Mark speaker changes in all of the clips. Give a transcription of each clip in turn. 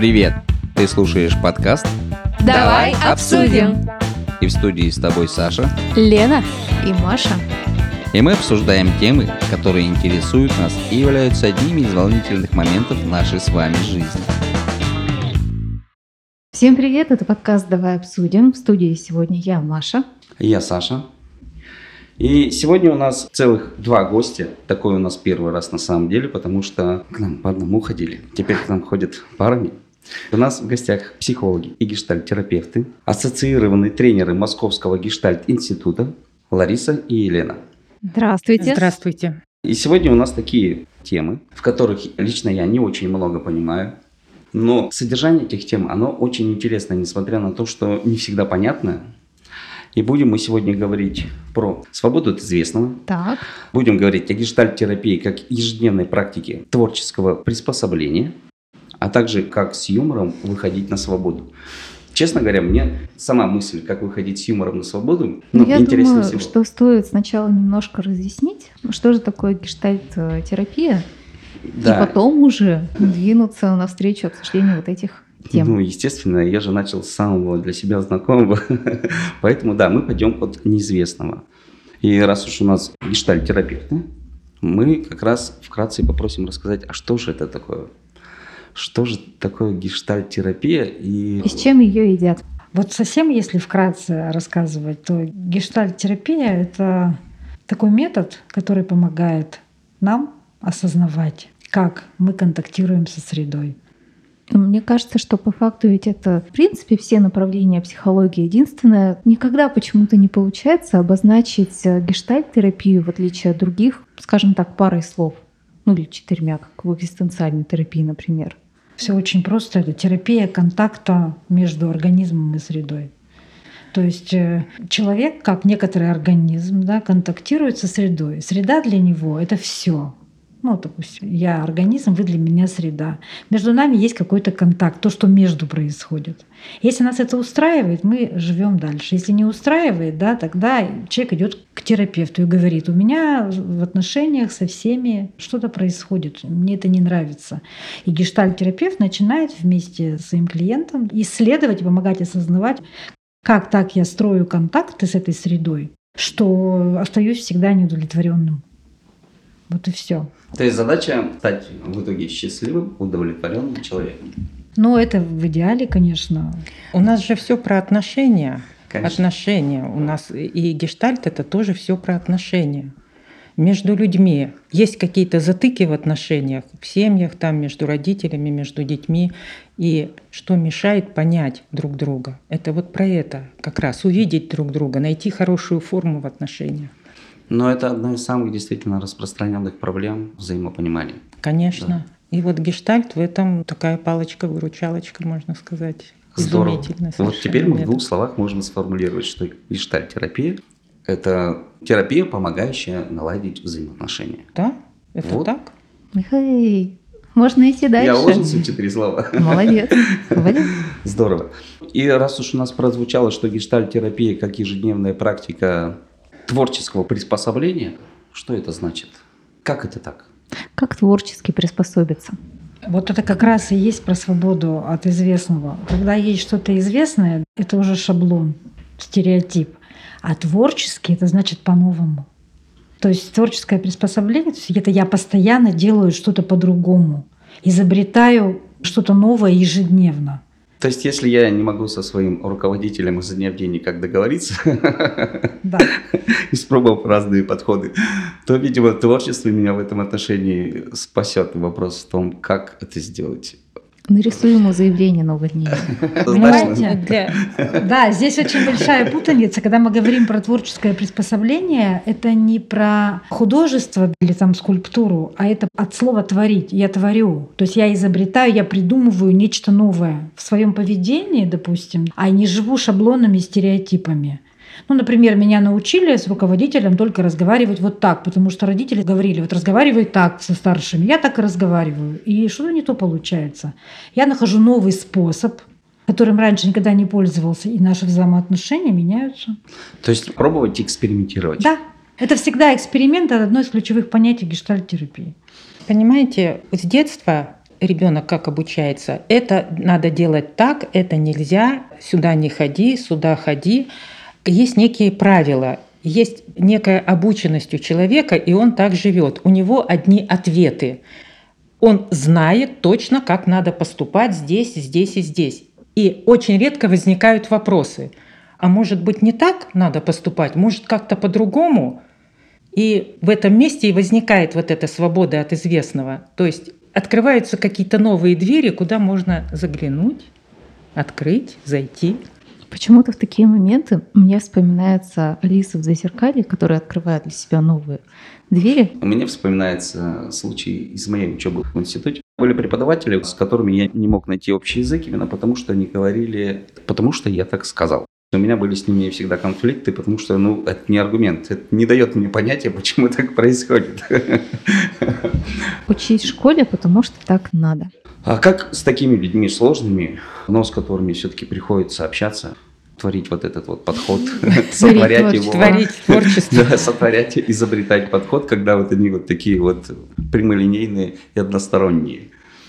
Speaker 1: Привет! Ты слушаешь подкаст
Speaker 2: Давай обсудим.
Speaker 1: И в студии с тобой Саша,
Speaker 2: Лена и Маша.
Speaker 1: и мы обсуждаем темы, которые интересуют нас и являются одними из волнительных моментов нашей с вами жизни.
Speaker 3: Всем привет, это подкаст «Давай обсудим». В студии сегодня я, Маша.
Speaker 4: Я Саша. И сегодня у нас целых 2 гостя. Такой у нас первый раз на самом деле, потому что к нам по одному ходили. Теперь к нам ходят парами. У нас в гостях психологи и гештальт-терапевты, ассоциированные тренеры Московского гештальт-института Лариса и Елена.
Speaker 3: Здравствуйте.
Speaker 2: Здравствуйте.
Speaker 4: И сегодня у нас такие темы, в которых лично я не очень много понимаю. Но содержание этих тем, оно очень интересно, несмотря на то, что не всегда понятно. И будем мы сегодня говорить про свободу от известного.
Speaker 3: Так.
Speaker 4: Будем говорить о гештальт-терапии как ежедневной практике творческого приспособления, а также как с юмором выходить на свободу. Честно говоря, мне сама мысль, как выходить с юмором на свободу,
Speaker 3: Я
Speaker 4: интереснее
Speaker 3: думаю,
Speaker 4: всего.
Speaker 3: что стоит сначала немножко разъяснить, что же такое гештальт-терапия,
Speaker 4: Да.
Speaker 3: и потом уже двинуться навстречу обсуждению вот этих тем.
Speaker 4: Ну, естественно, я же начал с самого для себя знакомого. Поэтому, да, мы пойдем от неизвестного. И раз уж у нас гештальт-терапевты, мы как раз вкратце попросим рассказать, а что же это такое? Что же такое гештальт-терапия?
Speaker 3: И с чем ее едят?
Speaker 5: Вот совсем, если вкратце рассказывать, то гештальт-терапия — это такой метод, который помогает нам осознавать, как мы контактируем со средой.
Speaker 3: Мне кажется, что по факту ведь это, в принципе, все направления психологии. Единственное, никогда почему-то не получается обозначить гештальт-терапию, в отличие от других, скажем так, парой слов. Ну или 4, как в экзистенциальной терапии, например.
Speaker 5: Все очень просто. Это терапия контакта между организмом и средой. То есть человек, как некоторый организм, да, контактирует со средой. Среда для него — это все. Ну, допустим, я организм, вы для меня среда. Между нами есть какой-то контакт, то, что между происходит. Если нас это устраивает, мы живем дальше. Если не устраивает, да, тогда человек идет к терапевту и говорит: у меня в отношениях со всеми что-то происходит, мне это не нравится. И гештальт-терапевт начинает вместе с своим клиентом исследовать и помогать осознавать, как так я строю контакты с этой средой, что остаюсь всегда неудовлетворенным. Вот и все.
Speaker 4: То есть задача стать в итоге счастливым, удовлетворенным человеком.
Speaker 5: Ну, это в идеале, конечно.
Speaker 2: У нас же все про отношения.
Speaker 4: Конечно.
Speaker 2: Отношения. У нас и гештальт — это тоже все про отношения. Между людьми есть какие-то затыки в отношениях, в семьях, там, между родителями, между детьми. И что мешает понять друг друга? Это вот про это как раз. Увидеть друг друга, найти хорошую форму в отношениях.
Speaker 4: Но это одна из самых действительно распространенных проблем взаимопонимания.
Speaker 2: Конечно. И вот гештальт в этом такая палочка-выручалочка, можно сказать.
Speaker 4: Здорово.
Speaker 2: Изумительно
Speaker 4: Вот
Speaker 2: совершенно
Speaker 4: теперь мы в
Speaker 2: метод.
Speaker 4: 2 словах можем сформулировать, что гештальт-терапия – это терапия, помогающая наладить взаимоотношения.
Speaker 2: Да? Это
Speaker 4: Вот.
Speaker 2: так?
Speaker 3: Эй, можно идти дальше.
Speaker 4: Я уложился в 4 слова.
Speaker 3: Молодец. Молодец.
Speaker 4: Здорово. И раз уж у нас прозвучало, что гештальт-терапия как ежедневная практика творческого приспособления, что это значит? Как это так?
Speaker 3: Как творчески приспособиться?
Speaker 5: Вот это как раз и есть про свободу от известного. Когда есть что-то известное, это уже шаблон, стереотип. А творческий — это значит по-новому. То есть творческое приспособление, то есть это я постоянно делаю что-то по-другому, изобретаю что-то новое ежедневно.
Speaker 4: То есть, если я не могу со своим руководителем изо дня в день никак договориться,
Speaker 5: Да.
Speaker 4: испробовав разные подходы, то, видимо, творчество меня в этом отношении спасет. Вопрос в том, как это сделать.
Speaker 3: Нарисуем ему заявление на увольнение.
Speaker 5: Понимаете? Да, здесь очень большая путаница. Когда мы говорим про творческое приспособление, это не про художество или там скульптуру, а это от слова «творить». Я творю. То есть я изобретаю, я придумываю нечто новое в своем поведении, допустим, а не живу шаблонами, стереотипами. Ну, например, меня научили с руководителем только разговаривать вот так, потому что родители говорили: вот разговаривай так со старшими. Я так и разговариваю. И что-то не то получается. Я нахожу новый способ, которым раньше никогда не пользовался, и наши взаимоотношения меняются.
Speaker 4: То есть пробовать экспериментировать.
Speaker 5: Да, это всегда эксперимент, это одно из ключевых понятий гештальт-терапии.
Speaker 2: Понимаете, с детства ребенок как обучается? Это надо делать так, это нельзя, сюда не ходи, сюда ходи. Есть некие правила, есть некая обученность у человека, и он так живет. У него одни ответы. Он знает точно, как надо поступать здесь, здесь и здесь. И очень редко возникают вопросы. А может быть, не так надо поступать? Может, как-то по-другому? И в этом месте и возникает вот эта свобода от известного. То есть открываются какие-то новые двери, куда можно заглянуть, открыть, зайти.
Speaker 3: Почему-то в такие моменты мне вспоминается Алиса в «Зазеркалье», которая открывает для себя новые двери.
Speaker 4: У меня вспоминается случай из моей учебы в институте. Были преподаватели, с которыми я не мог найти общий язык, именно потому что они говорили, потому что я так сказал. У меня были с ними всегда конфликты, потому что, это не аргумент, это не дает мне понятия, почему так происходит.
Speaker 3: Учись в школе, потому что так надо.
Speaker 4: А как с такими людьми сложными, но с которыми все-таки приходится общаться, творить вот этот вот подход, сотворять его.
Speaker 2: Творить творчество.
Speaker 4: Да, сотворять, изобретать подход, когда вот они вот такие вот прямолинейные и односторонние.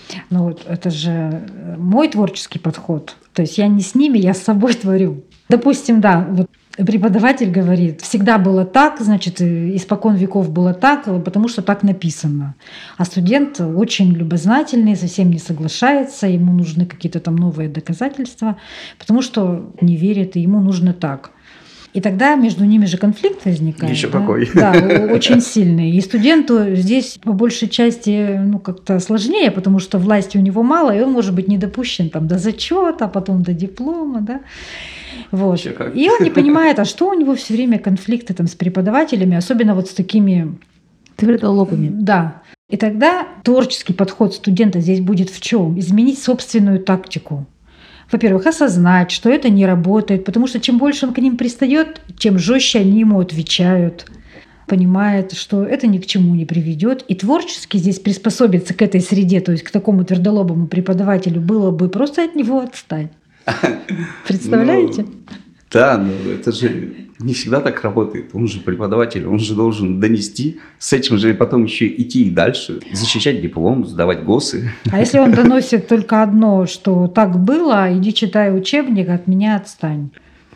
Speaker 5: Это же мой творческий подход. То есть я не с ними, я с собой творю. Допустим, преподаватель говорит, всегда было так, значит, испокон веков было так, потому что так написано. А студент очень любознательный, совсем не соглашается, ему нужны какие-то там новые доказательства, потому что не верит, и ему нужно так. И тогда между ними же конфликт возникает.
Speaker 4: Еще какой.
Speaker 5: Да, очень сильный. И студенту здесь по большей части как-то сложнее, потому что власти у него мало, и он может быть не допущен до зачета, потом до диплома. Да? Вот. И он не понимает, а что у него все время конфликты с преподавателями, особенно с такими
Speaker 3: твердолобыми.
Speaker 5: Да. И тогда творческий подход студента здесь будет в чем? Изменить собственную тактику. Во-первых, осознать, что это не работает, потому что чем больше он к ним пристает, чем жестче они ему отвечают. Понимает, что это ни к чему не приведет. И творчески здесь приспособиться к этой среде, то есть к такому твердолобому преподавателю, было бы просто от него отстать. Представляете?
Speaker 4: Да, но это же не всегда так работает. Он же преподаватель, он же должен донести, с этим же потом еще идти и дальше, защищать диплом, сдавать ГОСы.
Speaker 5: А если он доносит только одно, что так было, иди читай учебник, от меня отстань.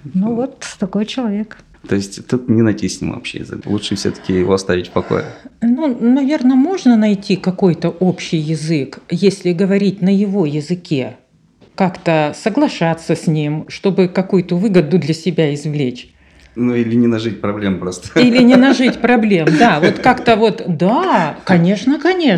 Speaker 5: Такой человек.
Speaker 4: То есть тут не натиснем вообще язык. Лучше все-таки его оставить в покое.
Speaker 2: Наверное, можно найти какой-то общий язык, если говорить на его языке. Как-то соглашаться с ним, чтобы какую-то выгоду для себя извлечь.
Speaker 4: Или не нажить проблем просто.
Speaker 2: Или не нажить проблем, да. Да, конечно,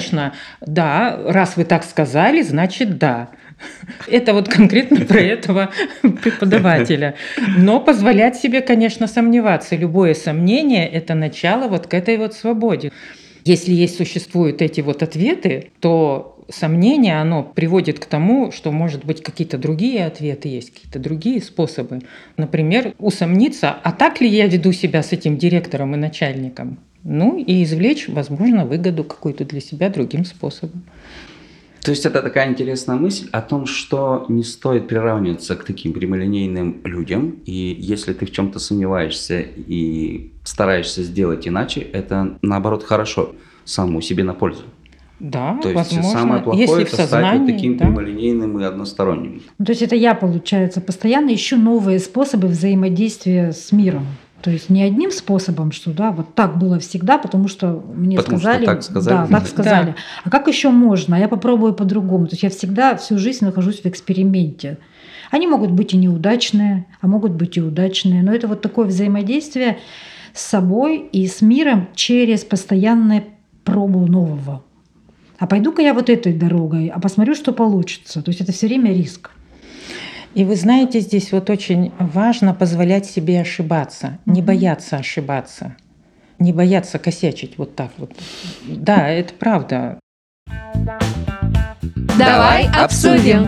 Speaker 2: да, раз вы так сказали, значит да. Это конкретно про этого преподавателя. Но позволять себе, конечно, сомневаться. Любое сомнение – это начало к этой свободе. Если существуют эти ответы, то сомнение, оно приводит к тому, что, может быть, какие-то другие ответы есть, какие-то другие способы. Например, усомниться, а так ли я веду себя с этим директором и начальником? И извлечь, возможно, выгоду какую-то для себя другим способом.
Speaker 4: То есть это такая интересная мысль о том, что не стоит приравниваться к таким прямолинейным людям. И если ты в чем-то сомневаешься и стараешься сделать иначе, это, наоборот, хорошо, самому себе на пользу.
Speaker 2: Да,
Speaker 4: то есть
Speaker 2: возможно,
Speaker 4: самое плохое
Speaker 2: если
Speaker 4: это
Speaker 2: в сознании,
Speaker 4: стать таким прямолинейным и односторонним.
Speaker 5: То есть это я, получается, постоянно ищу новые способы взаимодействия с миром. То есть не одним способом, что так было всегда, потому что мне сказали.
Speaker 4: Что так сказали.
Speaker 5: Да, так сказали. Да. А как еще можно? Я попробую по-другому. То есть я всегда всю жизнь нахожусь в эксперименте. Они могут быть и неудачные, а могут быть и удачные. Но это такое взаимодействие с собой и с миром через постоянную пробу нового. А пойду-ка я этой дорогой, а посмотрю, что получится. То есть это все время риск.
Speaker 2: И вы знаете, здесь очень важно позволять себе ошибаться, не бояться ошибаться, не бояться косячить так. Да, это правда.
Speaker 6: Давай обсудим.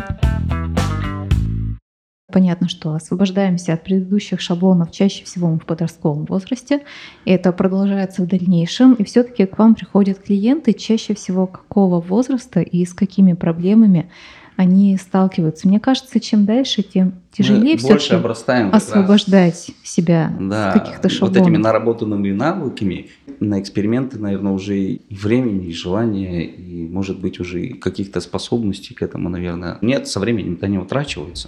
Speaker 3: Понятно, что освобождаемся от предыдущих шаблонов чаще всего мы в подростковом возрасте. И это продолжается в дальнейшем. И все-таки к вам приходят клиенты чаще всего какого возраста и с какими проблемами они сталкиваются. Мне кажется, чем дальше, тем тяжелее
Speaker 4: Мы больше
Speaker 3: все-таки
Speaker 4: обрастаем как раз,
Speaker 3: освобождать себя
Speaker 4: да,
Speaker 3: от каких-то шаблонов.
Speaker 4: вот этими наработанными навыками. На эксперименты, наверное, уже и времени, и желания, и, может быть, уже и каких-то способностей к этому, наверное, нет. Со временем они утрачиваются.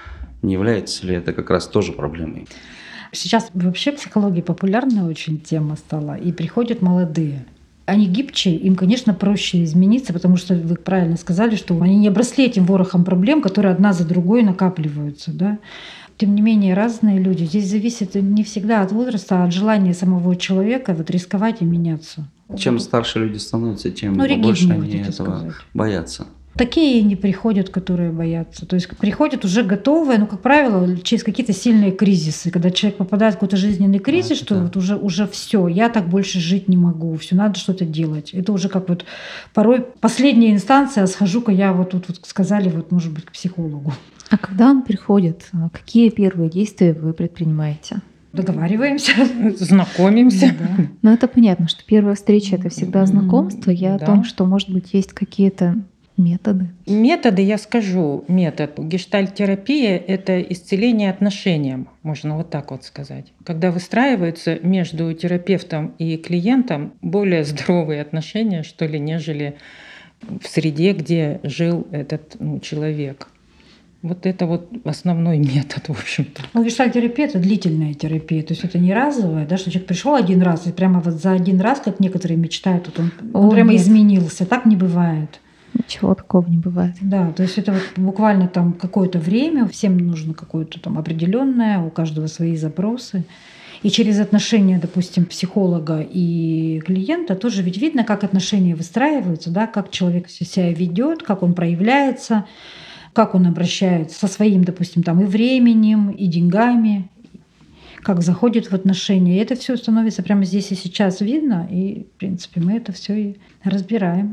Speaker 4: Не является ли это как раз тоже проблемой?
Speaker 5: Сейчас вообще психология популярная очень тема стала, и приходят молодые. Они гибче, им, конечно, проще измениться, потому что вы правильно сказали, что они не обросли этим ворохом проблем, которые одна за другой накапливаются. Да? Тем не менее, разные люди. Здесь зависит не всегда от возраста, а от желания самого человека вот рисковать и меняться.
Speaker 4: Чем старше люди становятся, тем
Speaker 5: ригиднее,
Speaker 4: больше они
Speaker 5: хотите
Speaker 4: этого
Speaker 5: сказать.
Speaker 4: боятся.
Speaker 5: Такие не приходят, которые боятся. То есть приходят уже готовые, как правило, через какие-то сильные кризисы. Когда человек попадает в какой-то жизненный кризис, что вот уже все, я так больше жить не могу, все надо что-то делать. Это уже как вот порой последняя инстанция, схожу-ка я вот тут вот сказали, вот может быть к психологу.
Speaker 3: А когда он приходит, какие первые действия вы предпринимаете?
Speaker 5: Договариваемся.
Speaker 2: Знакомимся.
Speaker 5: Да.
Speaker 3: Ну, это понятно, что первая встреча — это всегда знакомство. Я о
Speaker 2: Да.
Speaker 3: том, что, может быть, есть какие-то методы.
Speaker 2: Методы, я скажу, метод. Гештальт-терапия — это исцеление отношениям, можно вот так вот сказать. Когда выстраиваются между терапевтом и клиентом более здоровые отношения, что ли, нежели в среде, где жил этот человек. Вот это вот основной метод, в общем-то.
Speaker 5: Гештальт-терапия — это длительная терапия, то есть это не разовая, да, что человек пришел один раз и прямо вот за один раз, как некоторые мечтают, вот он прямо
Speaker 3: нет.
Speaker 5: изменился. Так не бывает.
Speaker 3: Ничего такого не бывает.
Speaker 5: Да, то есть это вот буквально там какое-то время, всем нужно какое-то там определенное, у каждого свои запросы. И через отношения, допустим, психолога и клиента тоже ведь видно, как отношения выстраиваются, да, как человек себя ведет, как он проявляется, как он обращается со своим, допустим, там и временем, и деньгами, как заходит в отношения. И это все становится прямо здесь и сейчас видно, и, в принципе, мы это все и разбираем.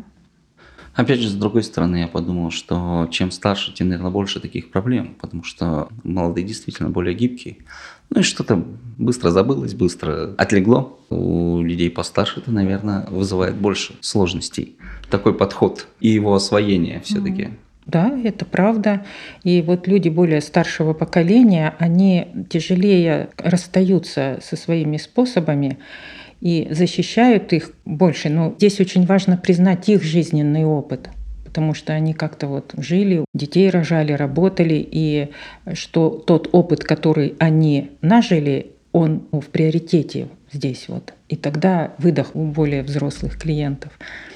Speaker 4: Опять же, с другой стороны, я подумал, что чем старше, тем, наверное, больше таких проблем, потому что молодые действительно более гибкие. Ну и что-то быстро забылось, быстро отлегло. У людей постарше это, наверное, вызывает больше сложностей. Такой подход и его освоение все-таки.
Speaker 2: Да, это правда. И вот люди более старшего поколения, они тяжелее расстаются со своими способами и защищают их больше. Но здесь очень важно признать их жизненный опыт, потому что они как-то вот жили, детей рожали, работали, и что тот опыт, который они нажили, он в приоритете здесь вот. И тогда выдох у более взрослых клиентов.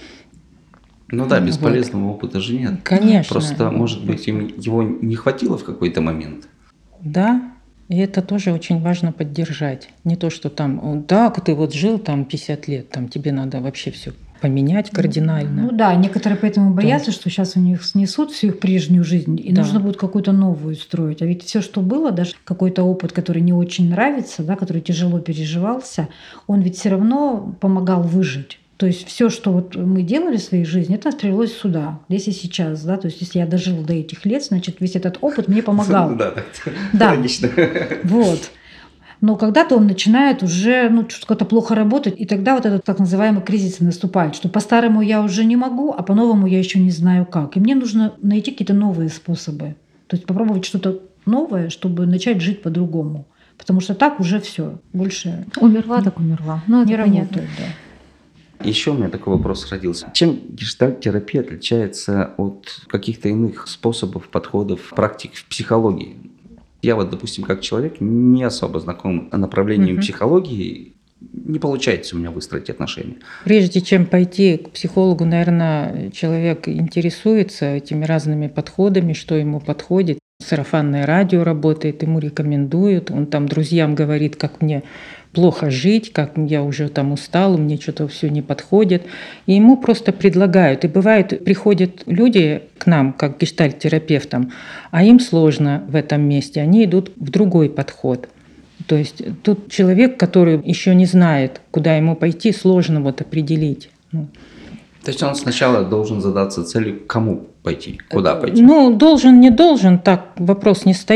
Speaker 4: Ну да, бесполезного опыта же нет.
Speaker 2: Конечно.
Speaker 4: Просто, может быть, им его не хватило в какой-то момент.
Speaker 2: Да, и это тоже очень важно поддержать. Не то, что там, так, ты вот жил там 50 лет, там тебе надо вообще все поменять кардинально.
Speaker 5: Ну да, некоторые поэтому боятся, что сейчас у них снесут всю их прежнюю жизнь, и нужно будет какую-то новую строить. А ведь все, что было, даже какой-то опыт, который не очень нравится, да, который тяжело переживался, он ведь все равно помогал выжить. То есть все, что вот мы делали в своей жизни, это нас привелось сюда, здесь и сейчас. Да? То есть если я дожил до этих лет, значит, весь этот опыт мне помогал.
Speaker 4: Да, логично.
Speaker 5: Вот. Но когда-то он начинает уже что-то плохо работать, и тогда вот этот так называемый кризис наступает, что по-старому я уже не могу, а по-новому я еще не знаю как. И мне нужно найти какие-то новые способы. То есть попробовать что-то новое, чтобы начать жить по-другому. Потому что так уже все больше
Speaker 3: Умерла, так умерла. Ну, это
Speaker 5: не
Speaker 3: понятно.
Speaker 5: работает. Да.
Speaker 4: Еще у меня такой вопрос родился. Чем гештальт-терапия отличается от каких-то иных способов, подходов, практик в психологии? Я вот, допустим, как человек, не особо знаком направлением психологии, не получается у меня выстроить отношения.
Speaker 2: Прежде чем пойти к психологу, наверное, человек интересуется этими разными подходами, что ему подходит. Сарафанное радио работает, ему рекомендуют, он там друзьям говорит, как мне плохо жить, как я уже там устал, мне что-то все не подходит. И ему просто предлагают. И бывает, приходят люди к нам, как гештальт-терапевтам, а им сложно в этом месте, они идут в другой подход. То есть тут человек, который еще не знает, куда ему пойти, сложно вот определить.
Speaker 4: То есть он сначала должен задаться целью, к кому пойти, куда пойти?
Speaker 2: Должен, не должен, так вопрос не стоит.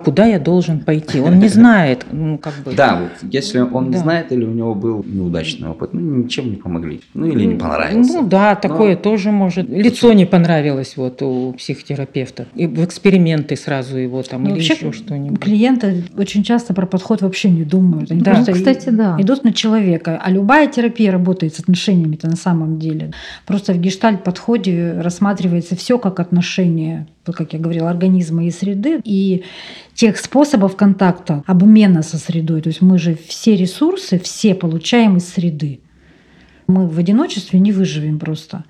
Speaker 2: Куда я должен пойти? Он не знает,
Speaker 4: Да, вот если он не
Speaker 2: Да.
Speaker 4: знает или у него был неудачный опыт, ничем не помогли. Или не понравился.
Speaker 2: Ну да, такое тоже может. Лицо не понравилось вот у психотерапевта. И в эксперименты сразу его там или
Speaker 5: Вообще
Speaker 2: еще что-нибудь.
Speaker 5: клиенты очень часто про подход вообще не думают. Они
Speaker 2: Да.
Speaker 5: просто
Speaker 3: Кстати, да.
Speaker 5: идут на человека. А любая терапия работает с отношениями-то на самом деле. Просто в гештальт-подходе рассматривается все как отношения, вот как я говорила, организма и среды, и тех способов контакта, обмена со средой. То есть мы же все ресурсы, все получаем из среды. Мы в одиночестве не выживем просто.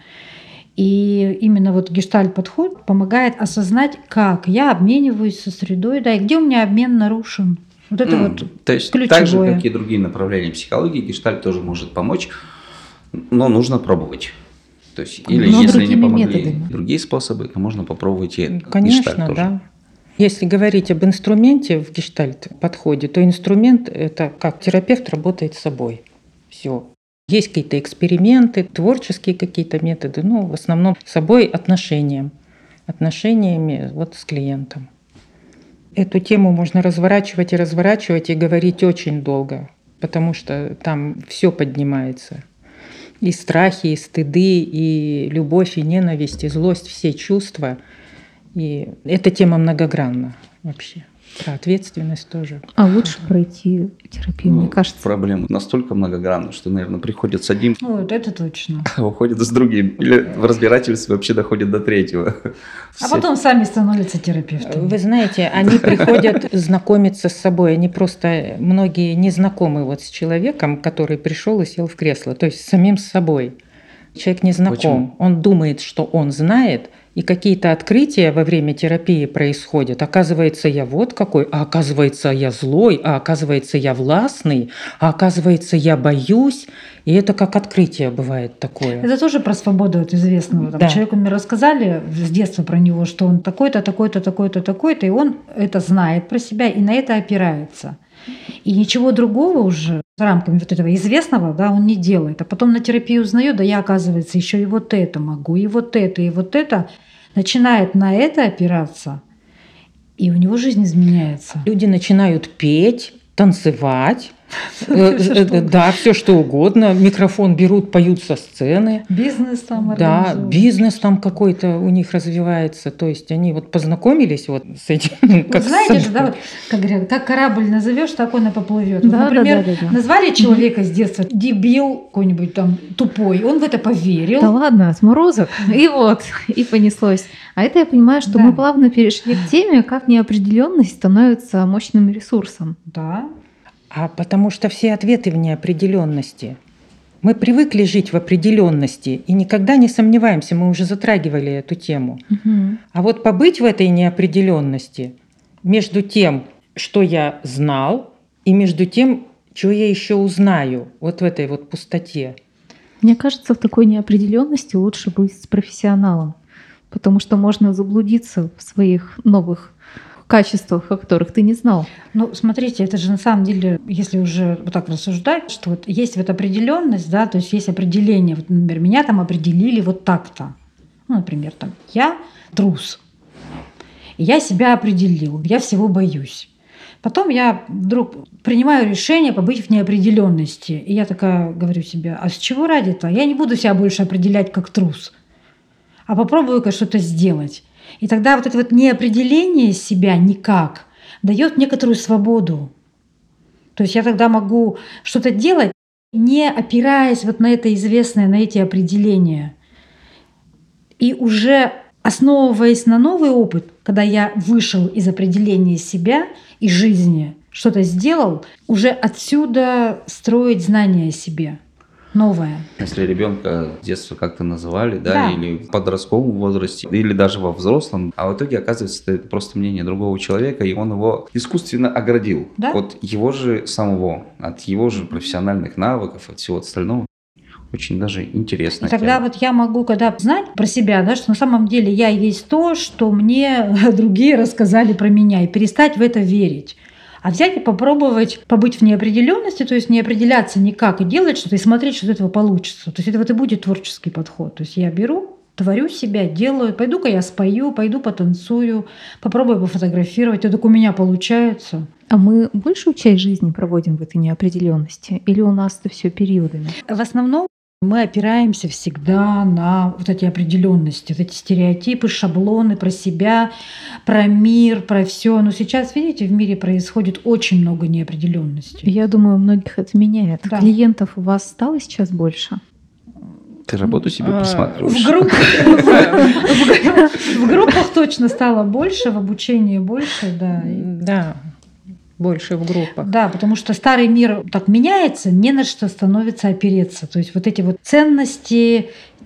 Speaker 5: И именно вот гештальт-подход помогает осознать, как я обмениваюсь со средой, да, и где у меня обмен нарушен. Вот это вот
Speaker 4: То есть
Speaker 5: ключевое.
Speaker 4: так же, как и другие направления психологии, гештальт тоже может помочь, но нужно пробовать. То есть, или
Speaker 3: Но
Speaker 4: если не
Speaker 3: другими
Speaker 4: помогли
Speaker 3: методами.
Speaker 4: другие способы, то можно попробовать и гештальт
Speaker 2: Конечно,
Speaker 4: тоже.
Speaker 2: да. Если говорить об инструменте в гештальт-подходе, то инструмент – это как терапевт работает с собой. Все. Есть какие-то эксперименты, творческие какие-то методы, но в основном с собой отношениями вот с клиентом. Эту тему можно разворачивать и говорить очень долго, потому что там все поднимается. И страхи, и стыды, и любовь, и ненависть, и злость, все чувства. И эта тема многогранна вообще. Про ответственность тоже.
Speaker 3: А лучше пройти терапию, мне кажется.
Speaker 4: Проблема настолько многогранна, что, наверное, приходит с одним,
Speaker 5: Ну, вот это точно.
Speaker 4: а уходит с другим. Или в разбирательстве вообще доходит до третьего.
Speaker 5: А потом сами становятся терапевтами.
Speaker 2: Вы знаете, они приходят знакомиться с собой. Они просто, многие не знакомы вот с человеком, который пришел и сел в кресло. То есть с самим собой. Человек не знаком.
Speaker 4: Почему?
Speaker 2: Он думает, что он знает, и какие-то открытия во время терапии происходят. Оказывается, я вот какой, а оказывается, я злой, а оказывается, я властный, а оказывается, я боюсь. И это как открытие бывает такое.
Speaker 5: Это тоже про свободу от известного. Там
Speaker 2: Да.
Speaker 5: человеку мне рассказали с детства про него, что он такой-то, такой-то, такой-то, такой-то, и он это знает про себя и на это опирается. И ничего другого уже за рамками вот этого известного, да, он не делает. А потом на терапии узнает, да я, оказывается, еще и вот это могу, и вот это, и вот это. Начинает на это опираться, и у него жизнь изменяется.
Speaker 2: Люди начинают петь, танцевать, да, все что угодно. Микрофон берут, поют со сцены.
Speaker 5: Бизнес там
Speaker 2: Да,
Speaker 5: организуют.
Speaker 2: бизнес там какой-то у них развивается. То есть они вот познакомились вот с этим.
Speaker 5: Вы
Speaker 2: как
Speaker 5: знаете
Speaker 2: с
Speaker 5: же, да, вот, как говорят, как корабль назовешь, так он и поплывет.
Speaker 3: Да,
Speaker 5: Например,
Speaker 3: да.
Speaker 5: назвали человека с детства дебил, какой-нибудь там тупой, он в это поверил.
Speaker 3: Да ладно, сморозок. И вот, и понеслось. А это я понимаю, что
Speaker 5: Да.
Speaker 3: мы плавно перешли к теме, как неопределенность становится мощным ресурсом.
Speaker 5: Да.
Speaker 2: А потому что все ответы в неопределенности. Мы привыкли жить в определенности и никогда не сомневаемся, мы уже затрагивали эту тему. А вот побыть в этой неопределенности между тем, что я знал, и между тем, что я еще узнаю, вот в этой вот пустоте.
Speaker 3: Мне кажется, в такой неопределенности лучше быть с профессионалом, потому что можно заблудиться в своих новых качествах, о которых ты не знал.
Speaker 5: Ну, смотрите, это же на самом деле, если уже вот так рассуждать, что вот есть вот определенность, да, то есть есть определение. Вот, например, меня там определили вот так-то. Ну, например, там, я трус. И я себя определил, я всего боюсь. Потом я вдруг принимаю решение побыть в неопределенности. И я такая говорю себе, а с чего ради-то? Я не буду себя больше определять как трус, а попробую-ка что-то сделать. И тогда вот это вот неопределение себя никак дает некоторую свободу. То есть я тогда могу что-то делать, не опираясь вот на это известное, на эти определения. И уже основываясь на новый опыт, когда я вышел из определения себя и жизни, что-то сделал, уже отсюда строить знания о себе. Новое.
Speaker 4: Если ребенка с детства как-то называли,
Speaker 5: Да.
Speaker 4: или в подростковом возрасте, или даже во взрослом, а в итоге оказывается, это просто мнение другого человека, и он его искусственно оградил
Speaker 5: Да.
Speaker 4: от его же самого, от его же профессиональных навыков, от всего остального. Очень даже
Speaker 5: И
Speaker 4: интересно.
Speaker 5: тогда вот я могу, когда знать про себя, да, что на самом деле я и есть то, что мне другие рассказали про меня, и перестать в это верить. А взять и попробовать побыть в неопределенности, то есть не определяться никак и делать что-то, и смотреть, что из этого получится. То есть это вот и будет творческий подход. То есть я беру творю себя, делаю. Пойду-ка я спою, пойду потанцую, попробую пофотографировать. Это так у меня получается.
Speaker 3: А мы большую часть жизни проводим в этой неопределенности? Или у нас это все периодами?
Speaker 5: В основном мы опираемся всегда на вот эти определенности, вот эти стереотипы, шаблоны про себя, про мир, про все. Но сейчас, видите, в мире происходит очень много неопределенности.
Speaker 3: Я думаю, у многих это меняет.
Speaker 5: Да.
Speaker 3: Клиентов у вас стало сейчас больше?
Speaker 4: Ты работу себе присматриваешь?
Speaker 5: В группах точно стало больше, в обучении больше, да.
Speaker 2: Да, больше в группах.
Speaker 5: Да, потому что старый мир так меняется, не на что становится опереться. То есть вот эти вот ценности,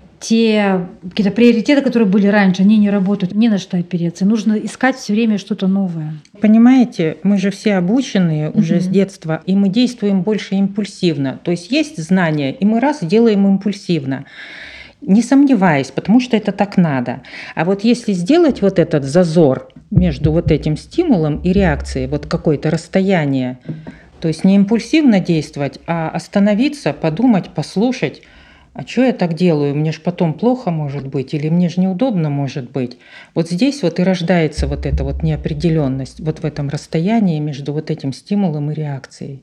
Speaker 5: те какие-то приоритеты, которые были раньше, они не работают, не на что опереться. Нужно искать все время что-то новое.
Speaker 2: Понимаете, мы же все обученные уже с детства, и мы действуем больше импульсивно. То есть есть знания, и мы раз делаем импульсивно, не сомневаясь, потому что это так надо. А вот если сделать вот этот зазор между вот этим стимулом и реакцией, вот какое-то расстояние, то есть не импульсивно действовать, а остановиться, подумать, послушать, а что я так делаю, мне же потом плохо может быть, или мне же неудобно может быть. Вот здесь вот и рождается вот эта вот неопределенность, вот в этом расстоянии между вот этим стимулом и реакцией.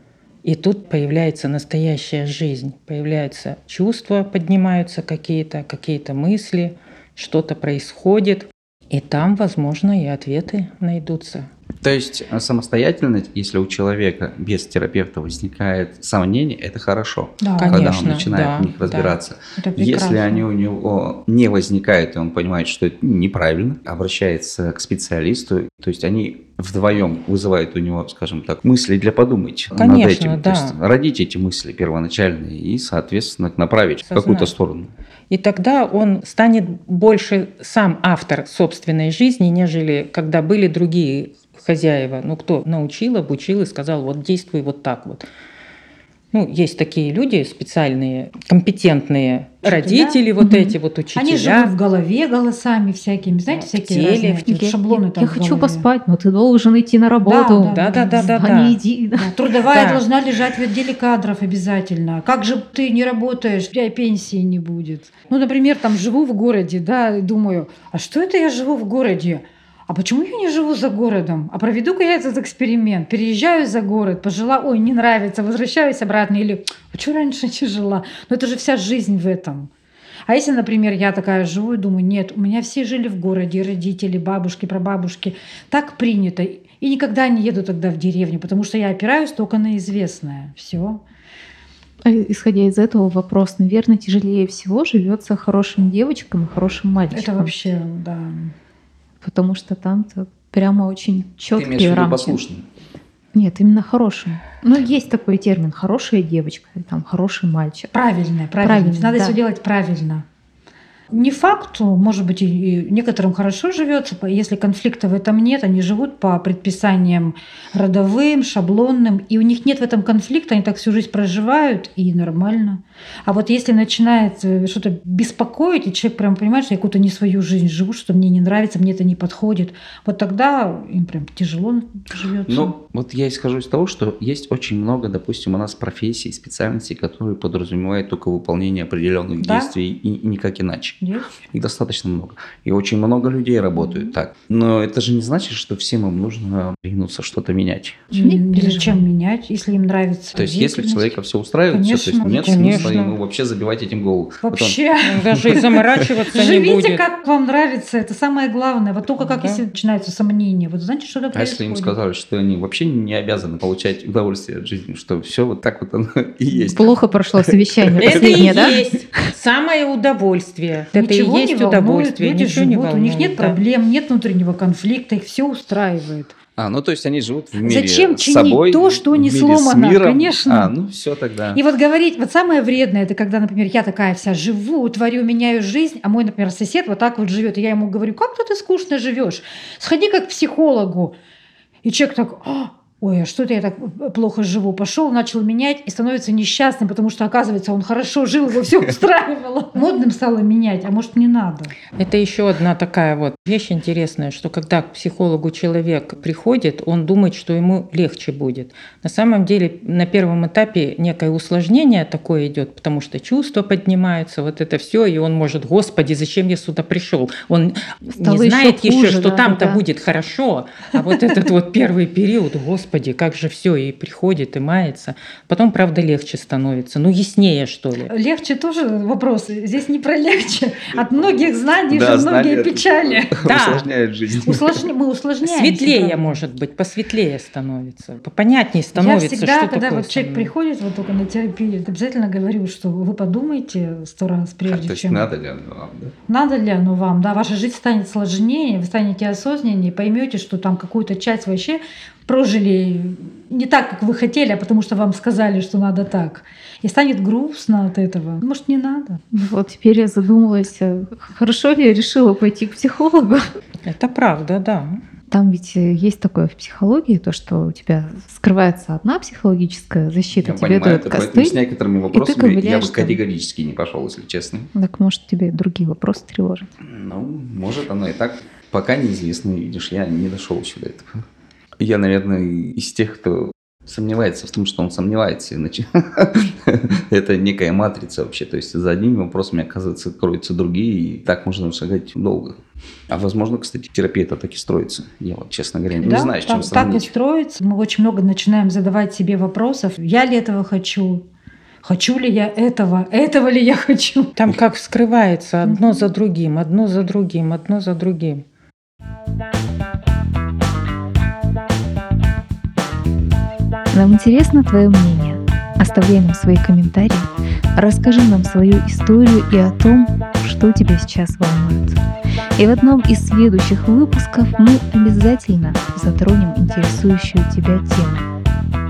Speaker 2: И тут появляется настоящая жизнь, появляются чувства, поднимаются какие-то мысли, что-то происходит, и там, возможно, и ответы найдутся.
Speaker 4: То есть самостоятельно, если у человека без терапевта возникает сомнение, это хорошо,
Speaker 5: Да,
Speaker 4: когда
Speaker 2: конечно,
Speaker 4: он начинает
Speaker 2: да,
Speaker 4: в них разбираться.
Speaker 5: Это прекрасно.
Speaker 4: Если они у него не возникают, и он понимает, что это неправильно, обращается к специалисту, то есть они вдвоем вызывают у него, скажем так, мысли для подумать над
Speaker 2: Конечно,
Speaker 4: этим.
Speaker 2: да.
Speaker 4: То есть родить эти мысли первоначальные и, соответственно, направить в какую-то сторону.
Speaker 2: И тогда он станет больше сам автор собственной жизни, нежели когда были другие хозяева. Ну, кто научил, обучил и сказал, вот действуй вот так вот. Ну, есть такие люди специальные, компетентные, родители, вот эти вот учителя.
Speaker 5: Они живут в голове голосами всякими, знаете, всякие
Speaker 2: теле,
Speaker 5: разные эти вот шаблоны там
Speaker 3: Я
Speaker 5: в
Speaker 3: хочу
Speaker 5: голове.
Speaker 3: поспать, но ты должен идти на работу.
Speaker 2: Да.
Speaker 3: Не иди.
Speaker 5: Да, трудовая
Speaker 2: Да.
Speaker 5: должна лежать в отделе кадров обязательно. Как же ты не работаешь, у тебя пенсии не будет. Ну, например, там живу в городе, да, и думаю, а что это я живу в городе? А почему я не живу за городом? А проведу-ка я этот эксперимент. Переезжаю за город, пожила, ой, не нравится, возвращаюсь обратно. Или, а что раньше не жила? Но это же вся жизнь в этом. А если, например, я такая живу и думаю, нет, у меня все жили в городе, родители, бабушки, прабабушки. Так принято. И никогда не еду тогда в деревню, потому что я опираюсь только на известное. Все.
Speaker 3: Исходя из этого, вопрос, наверное, тяжелее всего живется хорошим девочкам и хорошим мальчикам.
Speaker 5: Это вообще, да.
Speaker 3: Потому что там-то прямо очень
Speaker 4: Ты имеешь в
Speaker 3: четкие
Speaker 4: виду
Speaker 3: рамки.
Speaker 4: послушным?
Speaker 3: Нет, именно хорошим. Ну, есть такой термин хорошая девочка, там хороший мальчик.
Speaker 5: Правильно.
Speaker 3: Правильно,
Speaker 5: Надо
Speaker 3: да.
Speaker 5: все делать правильно. Не факту, может быть, и некоторым хорошо живется, если конфликта в этом нет, они живут по предписаниям родовым, шаблонным, и у них нет в этом конфликта, они так всю жизнь проживают, и нормально. А вот если начинает что-то беспокоить, и человек прям понимает, что я какую-то не свою жизнь живу, что мне не нравится, мне это не подходит, вот тогда им прям тяжело живется.
Speaker 4: Ну, вот я исхожу из того, что есть очень много, допустим, у нас профессий, специальностей, которые подразумевают только выполнение определенных
Speaker 5: Да.
Speaker 4: действий и никак иначе.
Speaker 5: Есть?
Speaker 4: Их достаточно много. И очень много людей работают так. Но это же не значит, что всем им нужно ринуться что-то менять.
Speaker 5: Зачем менять, если им нравится?
Speaker 4: То есть, если человека все устраивает, всё, то есть
Speaker 5: Конечно,
Speaker 4: нет
Speaker 2: конечно.
Speaker 4: смысла ему вообще забивать этим голову. Вот он-
Speaker 5: Вообще.
Speaker 2: Даже и заморачиваться не
Speaker 5: Живите,
Speaker 2: будет.
Speaker 5: как вам нравится, это самое главное. Вот только как
Speaker 2: Да.
Speaker 5: если начинаются сомнения, вот значит, что-то
Speaker 4: а
Speaker 5: происходит.
Speaker 4: если им сказали, что они вообще не обязаны получать удовольствие от жизни, что все вот так вот оно и есть.
Speaker 3: Плохо прошло совещание
Speaker 2: Это и
Speaker 3: последнее, да?
Speaker 2: есть самое удовольствие. Это и
Speaker 5: Ничего
Speaker 2: есть
Speaker 5: не волнует,
Speaker 2: удовольствие.
Speaker 5: люди
Speaker 2: Ничего не
Speaker 5: живут, у них
Speaker 2: волнует,
Speaker 5: нет
Speaker 2: да.
Speaker 5: проблем, нет внутреннего конфликта, их все устраивает.
Speaker 4: Ну то есть они живут в мире
Speaker 5: Зачем
Speaker 4: с
Speaker 5: чинить
Speaker 4: собой,
Speaker 5: то, что
Speaker 4: в
Speaker 5: не
Speaker 4: мире с
Speaker 5: сломано?
Speaker 4: миром.
Speaker 5: Конечно.
Speaker 4: Ну все тогда.
Speaker 5: И вот говорить, вот самое вредное, это когда, например, я такая вся живу, творю, меняю жизнь, а мой, например, сосед вот так вот живет, и я ему говорю, как ты скучно живешь, сходи как к психологу. И человек так, ой, а что-то я так плохо живу. Пошел, начал менять и становится несчастным, потому что, оказывается, он хорошо жил, его все устраивало. Модным стало менять, а может, не надо.
Speaker 2: Это еще одна такая вот вещь интересная, что когда к психологу человек приходит, он думает, что ему легче будет. На самом деле на первом этапе некое усложнение такое идет, потому что чувства поднимаются, вот это все, и он может, господи, зачем я сюда пришел? Он
Speaker 3: Стало
Speaker 2: не знает
Speaker 3: еще хуже,
Speaker 2: еще, что
Speaker 3: да,
Speaker 2: там-то
Speaker 3: да.
Speaker 2: будет хорошо, а вот этот вот первый период, господи, как же все, и приходит, и мается. Потом, правда, легче становится, ну яснее, что ли.
Speaker 5: Легче тоже вопрос. Здесь не про легче. От многих знаний
Speaker 4: Да,
Speaker 5: же многие
Speaker 4: знания
Speaker 5: печали.
Speaker 2: Да.
Speaker 4: усложняют жизнь.
Speaker 5: Мы усложняем.
Speaker 2: Светлее, может быть, посветлее становится, попонятнее становится,
Speaker 5: Я всегда,
Speaker 2: что
Speaker 5: когда
Speaker 2: такое
Speaker 5: вот человек
Speaker 2: со мной.
Speaker 5: приходит вот только на терапию, обязательно говорю, что вы подумайте 100 раз,
Speaker 4: То
Speaker 5: прежде
Speaker 4: есть
Speaker 5: чем...
Speaker 4: надо ли оно вам, да?
Speaker 5: Надо ли оно вам? Да, ваша жизнь станет сложнее, вы станете осознаннее, поймете, что там какую-то часть вообще прожили не так, как вы хотели, а потому что вам сказали, что надо так. И станет грустно от этого. Может, не надо?
Speaker 3: Вот теперь я задумалась, хорошо ли я решила пойти к психологу.
Speaker 2: Это правда, да.
Speaker 3: Там ведь есть такое в психологии, то, что у тебя скрывается одна психологическая защита,
Speaker 4: Я
Speaker 3: тебе
Speaker 4: понимаю,
Speaker 3: дают
Speaker 4: это, поэтому
Speaker 3: костыль.
Speaker 4: с некоторыми вопросами я
Speaker 3: ковыляешь
Speaker 4: бы
Speaker 3: там.
Speaker 4: категорически не пошел, если честно.
Speaker 3: Так может тебе другие вопросы тревожат.
Speaker 4: Ну, может оно и так. Пока неизвестно, видишь, я не дошел еще до этого. Я, наверное, из тех, кто сомневается в том, что он сомневается, иначе это некая матрица вообще. То есть за одними вопросами, оказывается, кроются другие, и так можно шагать долго. А возможно, кстати, терапия это так и строится. Я вот, честно говоря, не
Speaker 5: Да,
Speaker 4: знаю, с чем
Speaker 5: так и
Speaker 4: сравнить.
Speaker 5: строится. Мы очень много начинаем задавать себе вопросов. Я ли этого хочу? Хочу ли я этого? Этого ли я хочу?
Speaker 2: Там как вскрывается одно за другим, одно за другим, одно за другим.
Speaker 3: Нам интересно твое мнение. Оставляй нам свои комментарии, расскажи нам свою историю и о том, что тебя сейчас волнует. И в одном из следующих выпусков мы обязательно затронем интересующую тебя тему.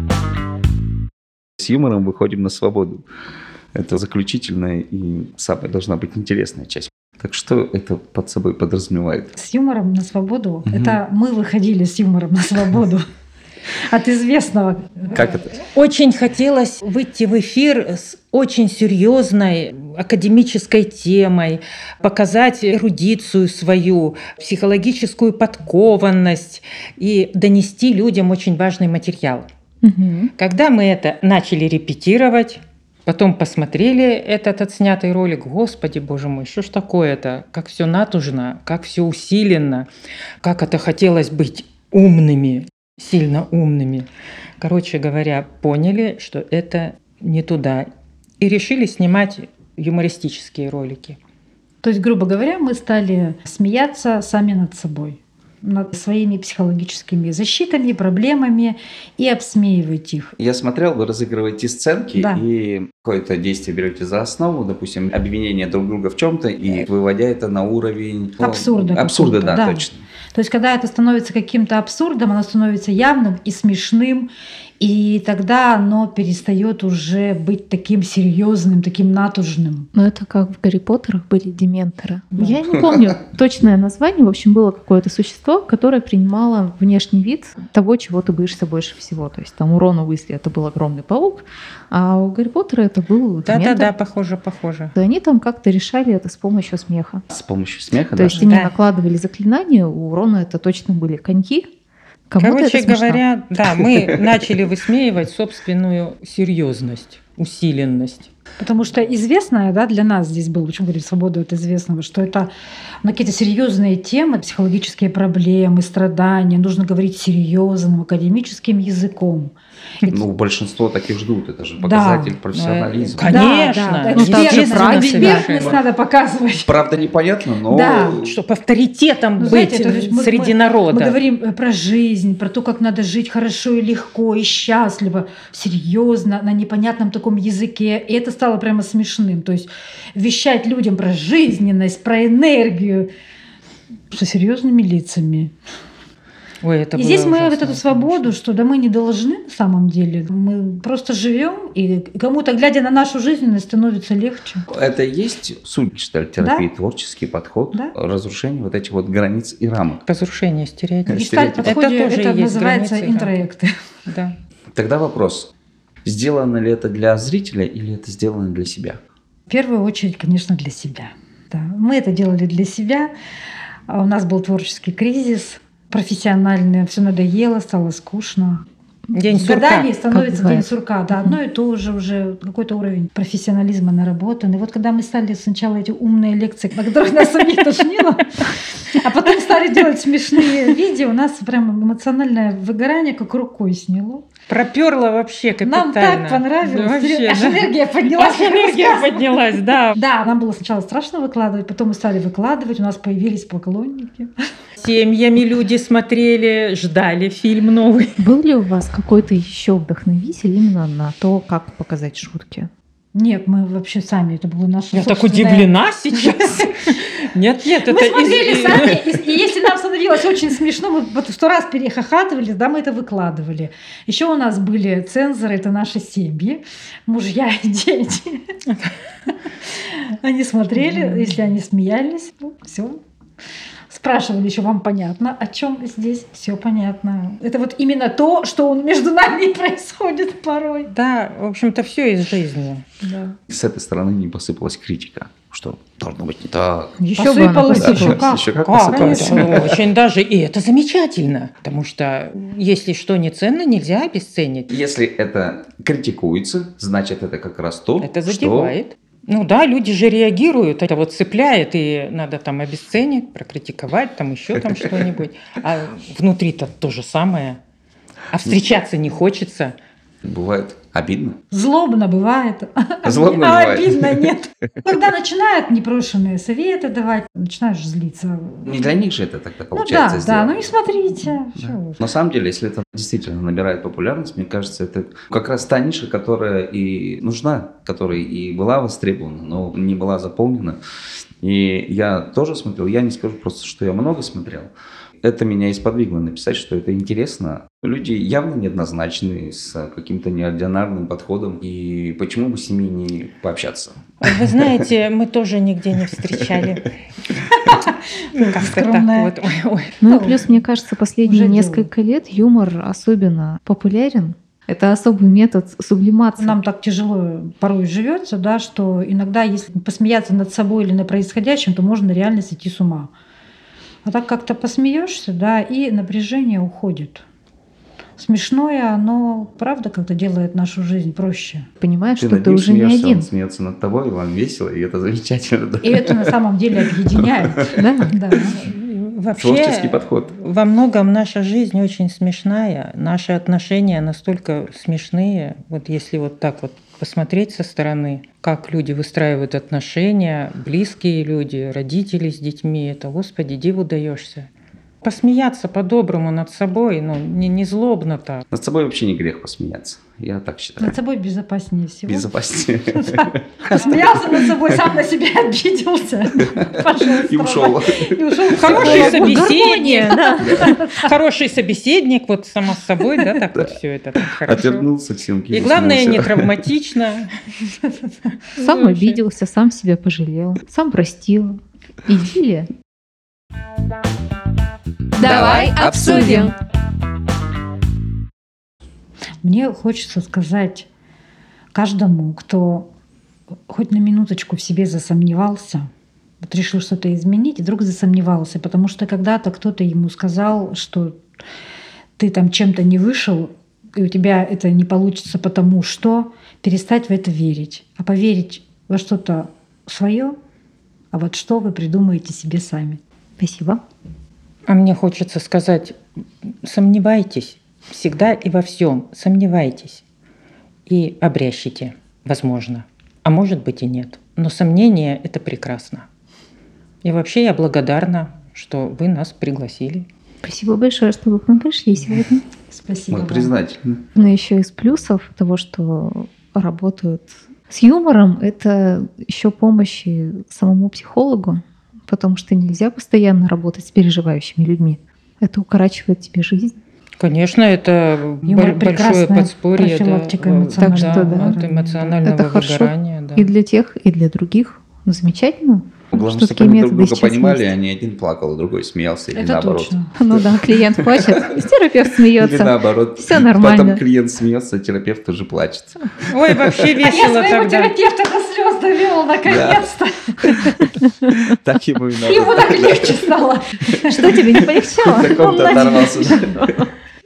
Speaker 4: С юмором выходим на свободу. Это заключительная и самая должна быть интересная часть. Так что это под собой подразумевает?
Speaker 5: С юмором на свободу.
Speaker 4: Мгм.
Speaker 5: Это мы выходили с юмором на свободу. От известного.
Speaker 4: Как это?
Speaker 2: Очень хотелось выйти в эфир с очень серьезной академической темой, показать эрудицию свою, психологическую подкованность и донести людям очень важный материал. Когда мы это начали репетировать, потом посмотрели этот отснятый ролик, господи, боже мой, что ж такое-то, как все натужно, как все усиленно, как это хотелось быть умными, сильно умными. Короче говоря, поняли, что это не туда, и решили снимать юмористические ролики.
Speaker 5: То есть, грубо говоря, мы стали смеяться сами над собой, над своими психологическими защитами, проблемами и обсмеивать их.
Speaker 4: Я смотрел, вы разыгрываете сценки
Speaker 5: Да.
Speaker 4: и какое-то действие берете за основу, допустим, обвинение друг друга в чем-то и выводя это на уровень
Speaker 5: Абсурда
Speaker 4: Абсурда,
Speaker 5: какого-то,
Speaker 4: да,
Speaker 5: да.
Speaker 4: точно.
Speaker 5: То есть, когда это становится каким-то абсурдом, оно становится явным и смешным, и тогда оно перестает уже быть таким серьезным, таким натужным.
Speaker 3: Но это как в Гарри Поттерах были дементоры.
Speaker 5: Да.
Speaker 3: Я не помню точное название. В общем, было какое-то существо, которое принимало внешний вид того, чего ты боишься больше всего. То есть там у Рона Уизли это был огромный паук, а у Гарри Поттера это был дементор.
Speaker 2: Да-да-да, похоже.
Speaker 3: И они там как-то решали это с помощью смеха.
Speaker 4: С помощью смеха,
Speaker 3: То
Speaker 4: да?
Speaker 3: есть они
Speaker 2: Да.
Speaker 3: накладывали заклинания, у Рона это точно были коньки. Кому-то
Speaker 2: Короче
Speaker 3: это смешно.
Speaker 2: говоря, да, мы начали высмеивать собственную серьезность, усиленность.
Speaker 5: Потому что известное, да, для нас здесь было, почему говорить свободу от известного, что это на какие-то серьезные темы, психологические проблемы, страдания, нужно говорить серьезным академическим языком.
Speaker 4: Ну, большинство таких ждут, это же показатель профессионализма.
Speaker 2: Конечно.
Speaker 5: Да, да,
Speaker 3: Ну, так же
Speaker 5: экспертность,
Speaker 3: правильно.
Speaker 5: экспертность надо показывать.
Speaker 4: Правда, непонятно, но...
Speaker 5: Да.
Speaker 2: Чтобы авторитетом
Speaker 5: Ну,
Speaker 2: быть
Speaker 5: знаете, то есть
Speaker 2: среди
Speaker 5: мы
Speaker 2: народа.
Speaker 5: говорим про жизнь, про то, как надо жить хорошо и легко, и счастливо, серьезно, на непонятном таком языке. И это стало прямо смешным. То есть вещать людям про жизненность, про энергию со серьезными лицами.
Speaker 2: Ой, это
Speaker 5: И
Speaker 2: было
Speaker 5: здесь мы
Speaker 2: ужасно,
Speaker 5: вот эту свободу,
Speaker 2: конечно.
Speaker 5: что да мы не должны на самом деле, мы просто живем, и кому-то, глядя на нашу жизненность, становится легче.
Speaker 4: Это и есть суть гештальт-терапии, творческий подход,
Speaker 5: Да.
Speaker 4: разрушение вот этих вот границ и рамок.
Speaker 2: Разрушение стереотипов.
Speaker 5: В гештальт-подходе
Speaker 2: Это тоже
Speaker 5: это
Speaker 2: и есть
Speaker 5: называется
Speaker 2: границы, да.
Speaker 5: интроекты.
Speaker 2: Да.
Speaker 4: Тогда вопрос. Сделано ли это для зрителя или это сделано для себя?
Speaker 5: В первую очередь, конечно, для себя. Да. Мы это делали для себя. У нас был творческий кризис, профессиональный, все надоело, стало скучно.
Speaker 2: День
Speaker 5: С
Speaker 2: сурка.
Speaker 5: годами становится
Speaker 3: бывает.
Speaker 5: день сурка, да, одно и то же уже, какой-то уровень профессионализма наработан. И вот когда мы стали сначала эти умные лекции, на которых нас самих тошнило, а потом стали делать смешные видео, у нас прям эмоциональное выгорание как рукой сняло.
Speaker 2: Проперло вообще капитально.
Speaker 5: Нам так понравилось.
Speaker 2: Вообще,
Speaker 5: Аж
Speaker 2: да.
Speaker 5: энергия поднялась.
Speaker 2: Аж энергия поднялась, да.
Speaker 5: Да, нам было сначала страшно выкладывать, потом мы стали выкладывать, у нас появились поклонники.
Speaker 2: Семьями люди смотрели, ждали фильм новый.
Speaker 3: Был ли у вас какой-то еще вдохновитель именно на то, как показать шутки?
Speaker 5: Нет, мы вообще сами, это было наше
Speaker 2: Я так
Speaker 5: собственное-
Speaker 2: удивлена сейчас. Нет, это
Speaker 5: Мы смотрели сами, и если нам становилось очень смешно, мы вот 100 раз перехохатывали, да, мы это выкладывали. Еще у нас были цензоры, это наши семьи, мужья и дети. Они смотрели, если они смеялись, все. Спрашивали еще, вам понятно, о чем здесь? Все понятно. Это вот именно то, что между нами и происходит порой.
Speaker 2: Да, в общем-то, все из жизни.
Speaker 5: Да.
Speaker 4: С этой стороны не посыпалась критика, что должно быть не так.
Speaker 3: Еще бы она
Speaker 5: Посыпалось
Speaker 3: посыпалась.
Speaker 5: еще как.
Speaker 4: Еще как
Speaker 2: Как
Speaker 4: посыпалась.
Speaker 2: это? Очень даже. И это замечательно. Потому что если что не ценно, нельзя обесценить.
Speaker 4: Если это критикуется, значит это как раз то,
Speaker 2: Это
Speaker 4: что
Speaker 2: задевает. Ну да, люди же реагируют, это вот цепляет, и надо там обесценить, прокритиковать, там еще там что-нибудь. А внутри-то то же самое. А встречаться не хочется.
Speaker 4: бывает обидно.
Speaker 5: Злобно бывает.
Speaker 4: Злобно
Speaker 5: А
Speaker 4: бывает.
Speaker 5: обидно нет. Когда начинают непрошенные советы давать, начинаешь злиться.
Speaker 4: Не для них же это тогда
Speaker 5: Ну
Speaker 4: получается
Speaker 5: да,
Speaker 4: сделано.
Speaker 5: ну не смотрите.
Speaker 4: Да.
Speaker 5: Чё вы.
Speaker 4: На самом деле, если это действительно набирает популярность, мне кажется, это как раз та ниша, которая и нужна, которая и была востребована, но не была заполнена. И я тоже смотрел, я не скажу просто, что я много смотрел. Это меня и сподвигло написать, что это интересно. Люди явно неоднозначны, с каким-то неординарным подходом. И почему бы с ними не пообщаться?
Speaker 2: Вы знаете, мы тоже нигде не встречали. Как-то так
Speaker 5: Скромная.
Speaker 2: вот. Ой.
Speaker 3: Ну и плюс, мне кажется, последние
Speaker 5: Уже
Speaker 3: несколько лет юмор особенно популярен. Это особый метод сублимации.
Speaker 5: Нам так тяжело порой живется, да, что иногда, если посмеяться над собой или над происходящим, то можно реально сойти с ума. А так как-то посмеешься, да, и напряжение уходит. Смешное, оно, правда, как-то делает нашу жизнь проще.
Speaker 3: Понимаешь,
Speaker 4: Ты
Speaker 3: что
Speaker 4: над
Speaker 3: ты
Speaker 4: ним
Speaker 3: уже не
Speaker 4: смеешься,
Speaker 3: один.
Speaker 4: он смеется над тобой, и вам весело, и это замечательно. Да?
Speaker 5: И это на самом деле объединяет.
Speaker 3: Да.
Speaker 5: Да.
Speaker 4: Творческий
Speaker 2: Вообще,
Speaker 4: подход.
Speaker 2: во многом наша жизнь очень смешная. Наши отношения настолько смешные. Вот если вот так вот посмотреть со стороны, как люди выстраивают отношения, близкие люди, родители с детьми, это, Господи, диву даешься. Посмеяться по-доброму над собой, ну, не злобно так.
Speaker 4: Над собой вообще не грех посмеяться. Я так считаю.
Speaker 5: Над собой безопаснее всего.
Speaker 4: Безопаснее.
Speaker 5: Посмеялся над собой, сам на себя обиделся. Пошел
Speaker 4: И ушел.
Speaker 5: И ушел.
Speaker 2: Хороший
Speaker 5: в
Speaker 2: собеседник,
Speaker 5: гармонии.
Speaker 2: хороший собеседник, вот само собой, да, так вот все это так хорошо.
Speaker 4: Отвернулся к стенке.
Speaker 2: И главное, не
Speaker 4: усмехнулся.
Speaker 2: травматично.
Speaker 3: Сам обиделся, сам себя пожалел, сам простил. Идиллия.
Speaker 6: Давай обсудим.
Speaker 5: Мне хочется сказать каждому, кто хоть на минуточку в себе засомневался, вот решил что-то изменить, и вдруг засомневался, потому что когда-то кто-то ему сказал, что ты там чем-то не вышел, и у тебя это не получится, потому что перестать в это верить, а поверить во что-то свое, а вот что вы придумаете себе сами.
Speaker 3: Спасибо.
Speaker 2: А мне хочется сказать, сомневайтесь всегда и во всем, сомневайтесь и обрящите, возможно, а может быть и нет. Но сомнение — это прекрасно. И вообще я благодарна, что вы нас пригласили.
Speaker 3: Спасибо большое, что вы к нам пришли сегодня.
Speaker 5: Спасибо.
Speaker 4: Мы
Speaker 5: вам.
Speaker 4: признательны.
Speaker 3: Но еще из плюсов того, что работают с юмором, это еще помощь и самому психологу, потому что нельзя постоянно работать с переживающими людьми. Это укорачивает тебе жизнь.
Speaker 2: Конечно, это
Speaker 5: Юмор
Speaker 2: большое
Speaker 5: прекрасная
Speaker 2: подспорье
Speaker 5: профилактика
Speaker 3: Так что, да,
Speaker 2: от эмоционального
Speaker 3: это хорошо
Speaker 2: выгорания. Да.
Speaker 3: и для тех, и для других. Ну, замечательно.
Speaker 4: Главное,
Speaker 3: что
Speaker 4: чтобы
Speaker 3: такие
Speaker 4: они друг
Speaker 3: методы
Speaker 4: друга
Speaker 3: сейчас
Speaker 4: понимали,
Speaker 3: есть.
Speaker 4: а не один плакал, а другой смеялся, или
Speaker 5: Это
Speaker 4: наоборот.
Speaker 5: точно.
Speaker 3: Ну да, клиент плачет, терапевт
Speaker 4: Или
Speaker 3: смеется.
Speaker 4: наоборот.
Speaker 3: Всё нормально.
Speaker 4: Потом клиент смеется, терапевт тоже плачет.
Speaker 2: Ой, вообще весело тогда.
Speaker 5: терапевта до слез довела наконец-то.
Speaker 4: Так ему и
Speaker 5: Ему
Speaker 4: надо.
Speaker 5: так легче стало.
Speaker 3: Что тебе не полегчало?
Speaker 4: На ком-то оторвался.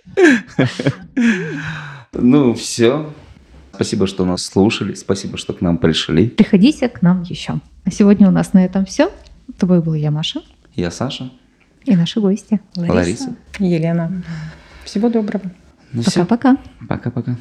Speaker 4: Ну, все. Спасибо, что нас слушали. Спасибо, что к нам пришли.
Speaker 3: Приходите к нам еще. А сегодня у нас на этом все. С тобой была я, Маша,
Speaker 4: Я Саша,
Speaker 3: и наши гости.
Speaker 4: Лариса.
Speaker 2: Елена. Всего доброго.
Speaker 4: Ну все.
Speaker 3: Пока-пока.
Speaker 4: Пока-пока.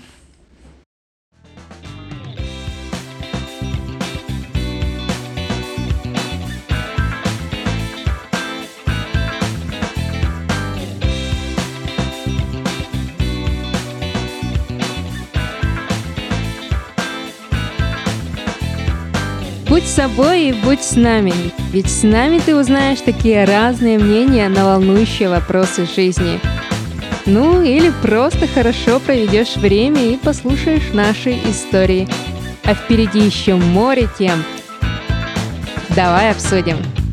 Speaker 6: Будь собой и будь с нами, ведь с нами ты узнаешь такие разные мнения на волнующие вопросы жизни. Ну или просто хорошо проведешь время и послушаешь наши истории. А впереди еще море тем. Давай обсудим.